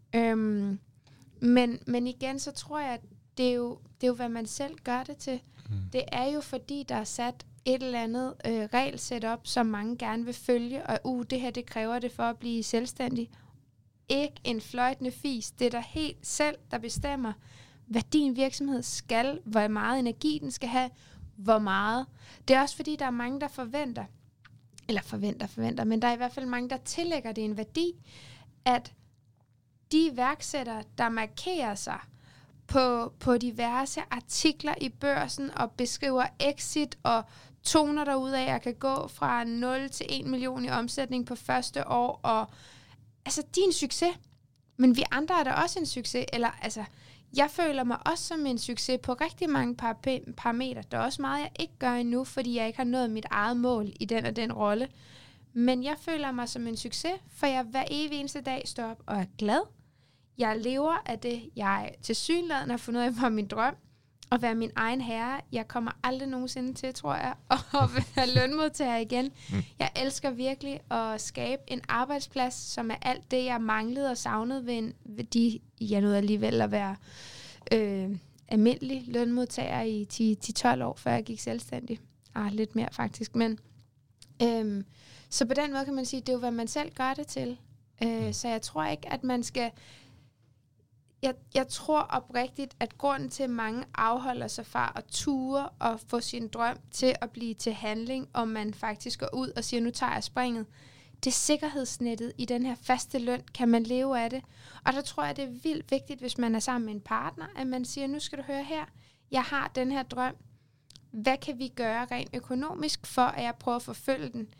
Men igen, så tror jeg, at det er jo, hvad man selv gør det til. Det er jo fordi, der er sat et eller andet regelsæt op, som mange gerne vil følge, og det her, det kræver det for at blive selvstændig. Ikke en fløjtende fis. Det er der helt selv, der bestemmer, hvad din virksomhed skal, hvor meget energi den skal have, hvor meget. Det er også fordi, der er mange, der forventer, men der er i hvert fald mange, der tillægger det en værdi, at de iværksættere, der markerer sig på diverse artikler i Børsen og beskriver exit og toner derud af, at jeg kan gå fra 0 til 1 million i omsætning på første år, og altså, de er en succes, men vi andre er da også en succes, eller altså, jeg føler mig også som en succes på rigtig mange parametre. Der er også meget, jeg ikke gør endnu, fordi jeg ikke har nået mit eget mål i den og den rolle. Men jeg føler mig som en succes, for jeg hver evig eneste dag står op og er glad. Jeg lever af det, jeg tilsyneladende har fundet ud af, var min drøm, at være min egen herre. Jeg kommer aldrig nogensinde til, tror jeg, at være lønmodtager igen. Jeg elsker virkelig at skabe en arbejdsplads, som er alt det, jeg manglede og savnede ved de, jeg nåede alligevel at være almindelig lønmodtager i 10-12 år, før jeg gik selvstændig. Lidt mere faktisk, men så på den måde kan man sige, det er jo, hvad man selv gør det til. Så jeg tror ikke, at man skal... Jeg tror oprigtigt, at grunden til, at mange afholder sig fra at ture og få sin drøm til at blive til handling, og man faktisk går ud og siger, nu tager jeg springet, det sikkerhedsnettet i den her faste løn, kan man leve af det. Og der tror jeg, det er vildt vigtigt, hvis man er sammen med en partner, at man siger, nu skal du høre her, jeg har den her drøm. Hvad kan vi gøre rent økonomisk, for at jeg prøver at forfølge den?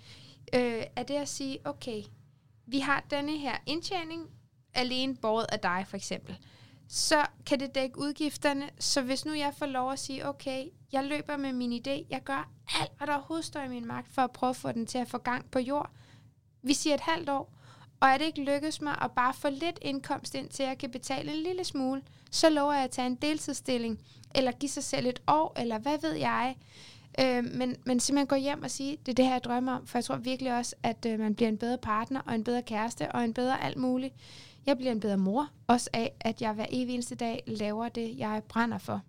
er det at sige, okay, vi har denne her indtjening, alene båret af dig for eksempel. Så kan det dække udgifterne, så hvis nu jeg får lov at sige, okay, jeg løber med min idé, jeg gør alt, hvad der overhovedet står i min magt, for at prøve at få den til at få gang på jord. Vi siger et halvt år, og er det ikke lykkes mig at bare få lidt indkomst ind til, at jeg kan betale en lille smule, så lover jeg at tage en deltidsstilling, eller give sig selv et år, eller hvad ved jeg. Men simpelthen gå hjem og sige, det er det her, jeg drømmer om, for jeg tror virkelig også, at man bliver en bedre partner, og en bedre kæreste, og en bedre alt muligt. Jeg bliver en bedre mor, også af, at jeg hver evig eneste dag laver det, jeg brænder for.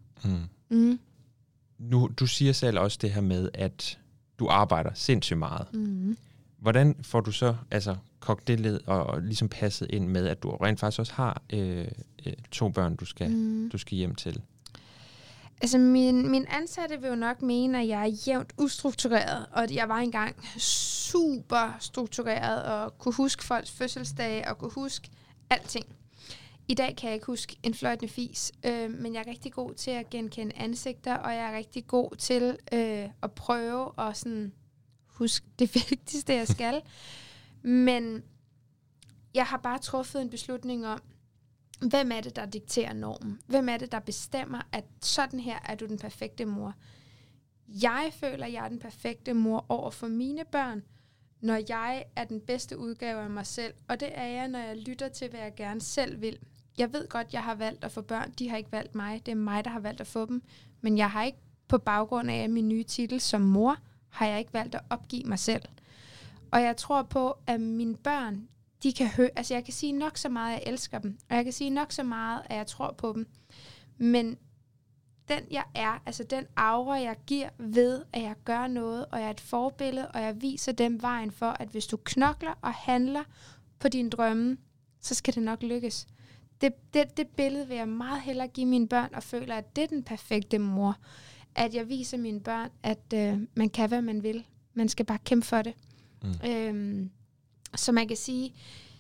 Nu, du siger selv også det her med, at du arbejder sindssygt meget. Hvordan får du så kogt det led og ligesom passet ind med, at du rent faktisk også har 2 børn, du skal hjem til? Altså, min ansatte vil jo nok mene, at jeg er jævnt ustruktureret, og jeg var engang super struktureret, og kunne huske folks fødselsdage, og kunne huske alting. I dag kan jeg ikke huske en fløjtende fis, men jeg er rigtig god til at genkende ansigter, og jeg er rigtig god til at prøve at sådan huske det vigtigste, jeg skal. Men jeg har bare truffet en beslutning om, hvem er det, der dikterer normen? Hvem er det, der bestemmer, at sådan her er du den perfekte mor? Jeg føler, at jeg er den perfekte mor over for mine børn, når jeg er den bedste udgave af mig selv. Og det er jeg, når jeg lytter til, hvad jeg gerne selv vil. Jeg ved godt, jeg har valgt at få børn. De har ikke valgt mig. Det er mig, der har valgt at få dem. Men jeg har ikke på baggrund af min nye titel som mor, har jeg ikke valgt at opgive mig selv. Og jeg tror på, at mine børn, de kan høre, altså jeg kan sige nok så meget, at jeg elsker dem, og jeg kan sige nok så meget, at jeg tror på dem. Men den jeg er, altså den aura, jeg giver ved, at jeg gør noget, og jeg er et forbillede, og jeg viser dem vejen for, at hvis du knokler og handler på dine drømme, så skal det nok lykkes. Det billede vil jeg meget hellere give mine børn, og føler, at det er den perfekte mor. At jeg viser mine børn, at man kan, hvad man vil. Man skal bare kæmpe for det. Så man kan sige,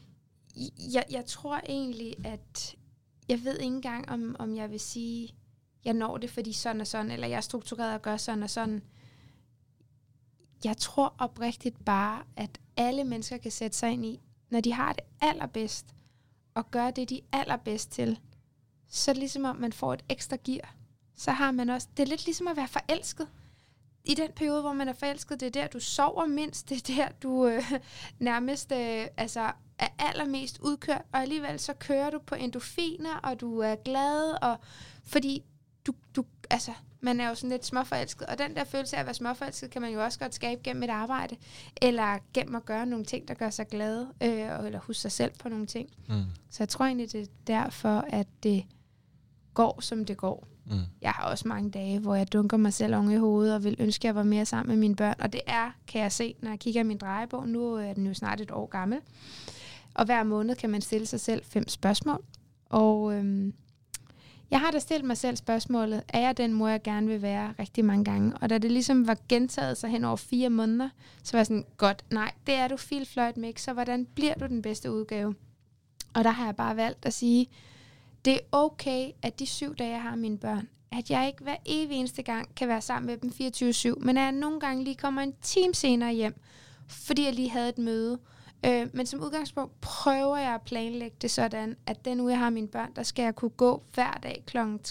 jeg tror egentlig, at jeg ved ikke engang, om jeg vil sige, jeg når det, fordi sådan og sådan, eller jeg er struktureret og gør sådan og sådan. Jeg tror oprigtigt bare, at alle mennesker kan sætte sig ind i, når de har det allerbedst, og gør det, de er allerbedst til, så er det ligesom om, man får et ekstra gear. Så har man også, det er lidt ligesom at være forelsket. I den periode, hvor man er forelsket, det er der, du sover mindst, det er der, du nærmest er allermest udkørt, og alligevel så kører du på endorfiner, og du er glad, og fordi man er jo sådan lidt småforelsket, og den der følelse af at være småforelsket, kan man jo også godt skabe gennem et arbejde, eller gennem at gøre nogle ting, der gør sig glade, eller huske sig selv på nogle ting. Så jeg tror egentlig, det er derfor, at det går, som det går. Jeg har også mange dage, hvor jeg dunker mig selv oven i hovedet, og vil ønske, at jeg var mere sammen med mine børn, og det kan jeg se, når jeg kigger i min drejebog. Nu er den jo snart 1 år gammel, og hver måned kan man stille sig selv 5 spørgsmål, og jeg har da stillet mig selv spørgsmålet, er jeg den mor, jeg gerne vil være rigtig mange gange? Og da det ligesom var gentaget sig hen over 4 måneder, så var jeg sådan, godt, nej, det er du filfløjt med, så hvordan bliver du den bedste udgave? Og der har jeg bare valgt at sige, det er okay, at de 7 dage, jeg har mine børn, at jeg ikke hver evig eneste gang kan være sammen med dem 24/7, men at jeg nogle gange lige kommer en time senere hjem, fordi jeg lige havde et møde. Men som udgangspunkt prøver jeg at planlægge det sådan, at den uge, jeg har mine børn, der skal jeg kunne gå hver dag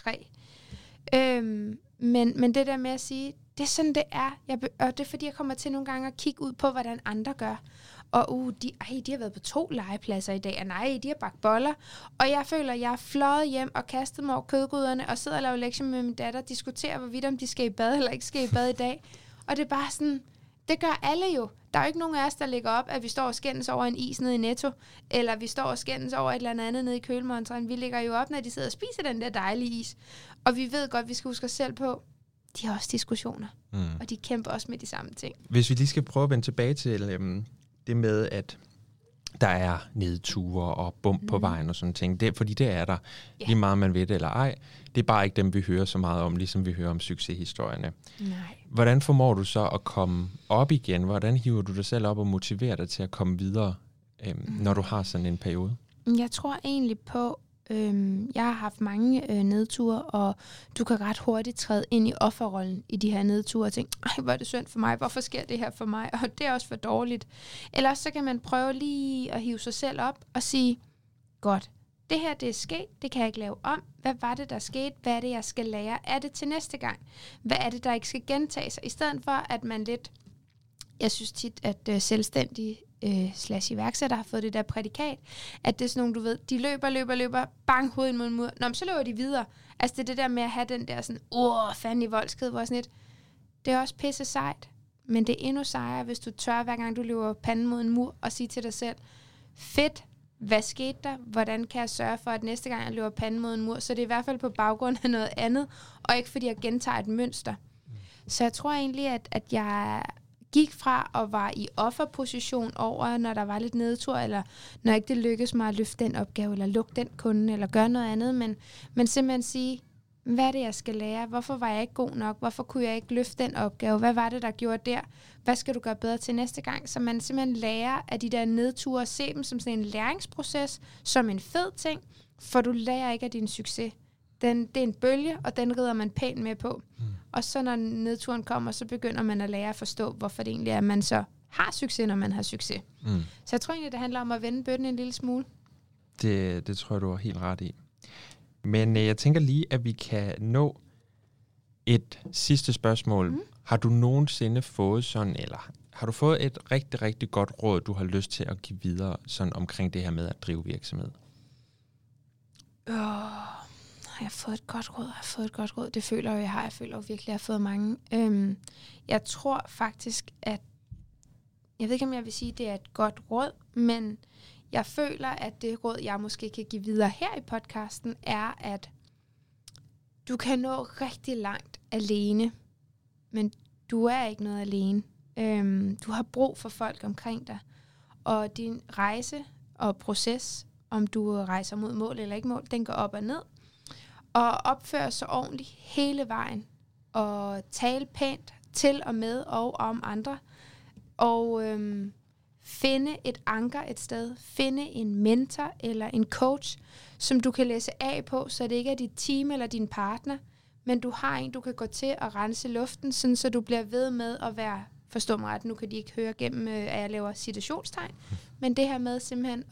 3:00. Men det der med at sige, det er sådan, det er. Og det er, fordi jeg kommer til nogle gange at kigge ud på, hvordan andre gør. Og de har været på 2 legepladser i dag, og nej, de har bagt boller. Og jeg føler, at jeg er fløjet hjem og kastet mig over kødgryderne, og sidder og laver lektier med min datter, og diskuterer, hvorvidt om de skal i bad eller ikke skal i bad i dag. Og det er bare sådan, det gør alle jo. Der er jo ikke nogen af os, der lægger op, at vi står og skændes over en is nede i Netto, eller vi står og skændes over et eller andet nede i kølemontren. Vi lægger jo op, når de sidder og spiser den der dejlige is. Og vi ved godt, vi skal huske os selv på, de har også diskussioner, og de kæmper også med de samme ting. Hvis vi lige skal prøve at vende tilbage til det med, at der er nedture og bump på vejen og sådan ting. Fordi det er der, lige meget man ved det eller ej. Det er bare ikke dem, vi hører så meget om, ligesom vi hører om succeshistorierne. Nej. Hvordan formår du så at komme op igen? Hvordan hiver du dig selv op og motiverer dig til at komme videre, når du har sådan en periode? Jeg tror egentlig på, Jeg har haft mange nedture, og du kan ret hurtigt træde ind i offerrollen i de her nedture og tænke, ej, hvor er det synd for mig, hvorfor sker det her for mig, og det er også for dårligt. Ellers så kan man prøve lige at hive sig selv op og sige, godt, det her det er sket, det kan jeg ikke lave om. Hvad var det, der skete? Hvad er det, jeg skal lære af det til næste gang? Hvad er det, der ikke skal gentage sig? I stedet for, at man lidt, jeg synes tit, at selvstændige / iværksætter har fået det der prædikat, at det er sådan nogle, du ved, de løber, bang, hovedet mod en mur. Nå, men så løber de videre. Altså det er det der med at have den der sådan, fanden i voldsked, hvor sådan et, det er også pisse sejt, men det er endnu sejere, hvis du tør, hver gang du løber panden mod en mur, og sige til dig selv, fedt, hvad skete der? Hvordan kan jeg sørge for, at næste gang jeg løber panden mod en mur, så det er i hvert fald på baggrund af noget andet, og ikke fordi jeg gentager et mønster. Så jeg tror egentlig, at jeg gik fra at være i offerposition over, når der var lidt nedtur, eller når ikke det lykkedes mig at løfte den opgave, eller lukke den kunde, eller gøre noget andet, men simpelthen sige, hvad er det, jeg skal lære? Hvorfor var jeg ikke god nok? Hvorfor kunne jeg ikke løfte den opgave? Hvad var det, der gjorde der? Hvad skal du gøre bedre til næste gang? Så man simpelthen lærer af de der nedture, se dem som sådan en læringsproces, som en fed ting, for du lærer ikke af din succes. Det er en bølge, og den rider man pænt med på. Og så når nedturen kommer, så begynder man at lære at forstå, hvorfor det egentlig er, at man så har succes, når man har succes. Så jeg tror egentlig, det handler om at vende bøtten en lille smule. Det tror jeg, du har helt ret i. Men jeg tænker lige, at vi kan nå et sidste spørgsmål. Har du nogensinde fået sådan, eller har du fået et rigtig, rigtig godt råd, du har lyst til at give videre sådan omkring det her med at drive virksomhed? Har jeg fået et godt råd? Det føler jeg har. Jeg føler jo virkelig, at jeg har fået mange. Jeg tror faktisk, at jeg ved ikke, om jeg vil sige, at det er et godt råd, men jeg føler, at det råd, jeg måske kan give videre her i podcasten, er, at du kan nå rigtig langt alene, men du er ikke noget alene. Du har brug for folk omkring dig, og din rejse og proces, om du rejser mod mål eller ikke mål, den går op og ned, og opføre sig ordentligt hele vejen, og tale pænt til og med og om andre, og finde et anker et sted, finde en mentor eller en coach, som du kan læse af på, så det ikke er dit team eller din partner, men du har en, du kan gå til at rense luften, sådan så du bliver ved med at være, forstå mig ret, nu kan de ikke høre gennem, at jeg laver citationstegn, men det her med simpelthen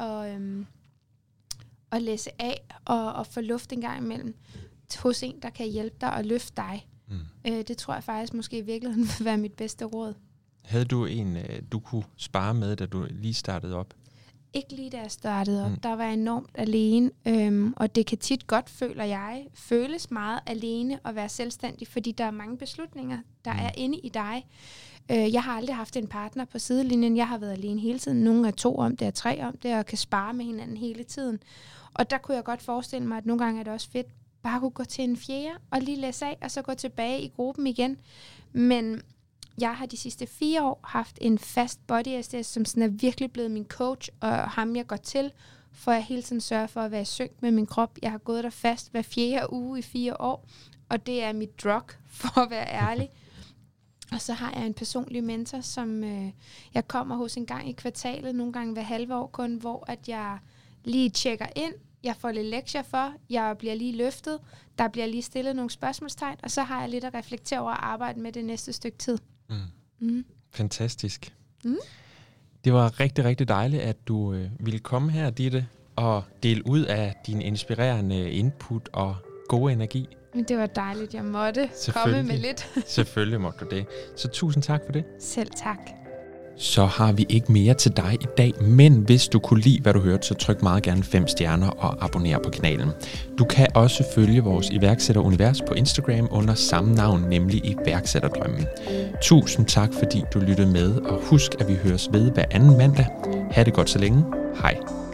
at læse af og få luft en gang imellem hos en, der kan hjælpe dig og løfte dig. Det tror jeg faktisk måske i virkeligheden vil være mit bedste råd. Havde du en, du kunne spare med, da du lige startede op? Ikke lige da jeg startede op. Der var jeg enormt alene, og det kan tit godt, føler jeg, føles meget alene at være selvstændig, fordi der er mange beslutninger, der er inde i dig. Jeg har aldrig haft en partner på sidelinjen. Jeg har været alene hele tiden. Nogle er 2 om det, er 3 om det, og kan spare med hinanden hele tiden. Og der kunne jeg godt forestille mig, at nogle gange er det også fedt, bare kunne gå til en 4. og lige læse af, og så gå tilbage i gruppen igen. Men jeg har de sidste 4 år haft en fast body SDS, som sådan er virkelig blevet min coach, og ham jeg går til, for jeg hele tiden sørger for at være i sync med min krop. Jeg har gået der fast hver 4. uge i 4 år, og det er mit drug, for at være ærlig. Og så har jeg en personlig mentor, som jeg kommer hos en gang i kvartalet, nogle gange hver halve år kun, hvor at jeg lige tjekker ind, jeg får lidt lektier for, jeg bliver lige løftet, der bliver lige stillet nogle spørgsmålstegn, og så har jeg lidt at reflektere over at arbejde med det næste stykke tid. Fantastisk. Det var rigtig, rigtig dejligt, at du ville komme her, Ditte, og dele ud af din inspirerende input og gode energi. Det var dejligt, jeg måtte komme med lidt. Selvfølgelig måtte du det. Så tusind tak for det. Selv tak. Så har vi ikke mere til dig i dag, men hvis du kunne lide, hvad du hørte, så tryk meget gerne 5 stjerner og abonner på kanalen. Du kan også følge vores iværksætterunivers på Instagram under samme navn, nemlig iværksætterdrømmen. Tusind tak, fordi du lyttede med, og husk, at vi høres ved hver anden mandag. Ha' det godt så længe. Hej.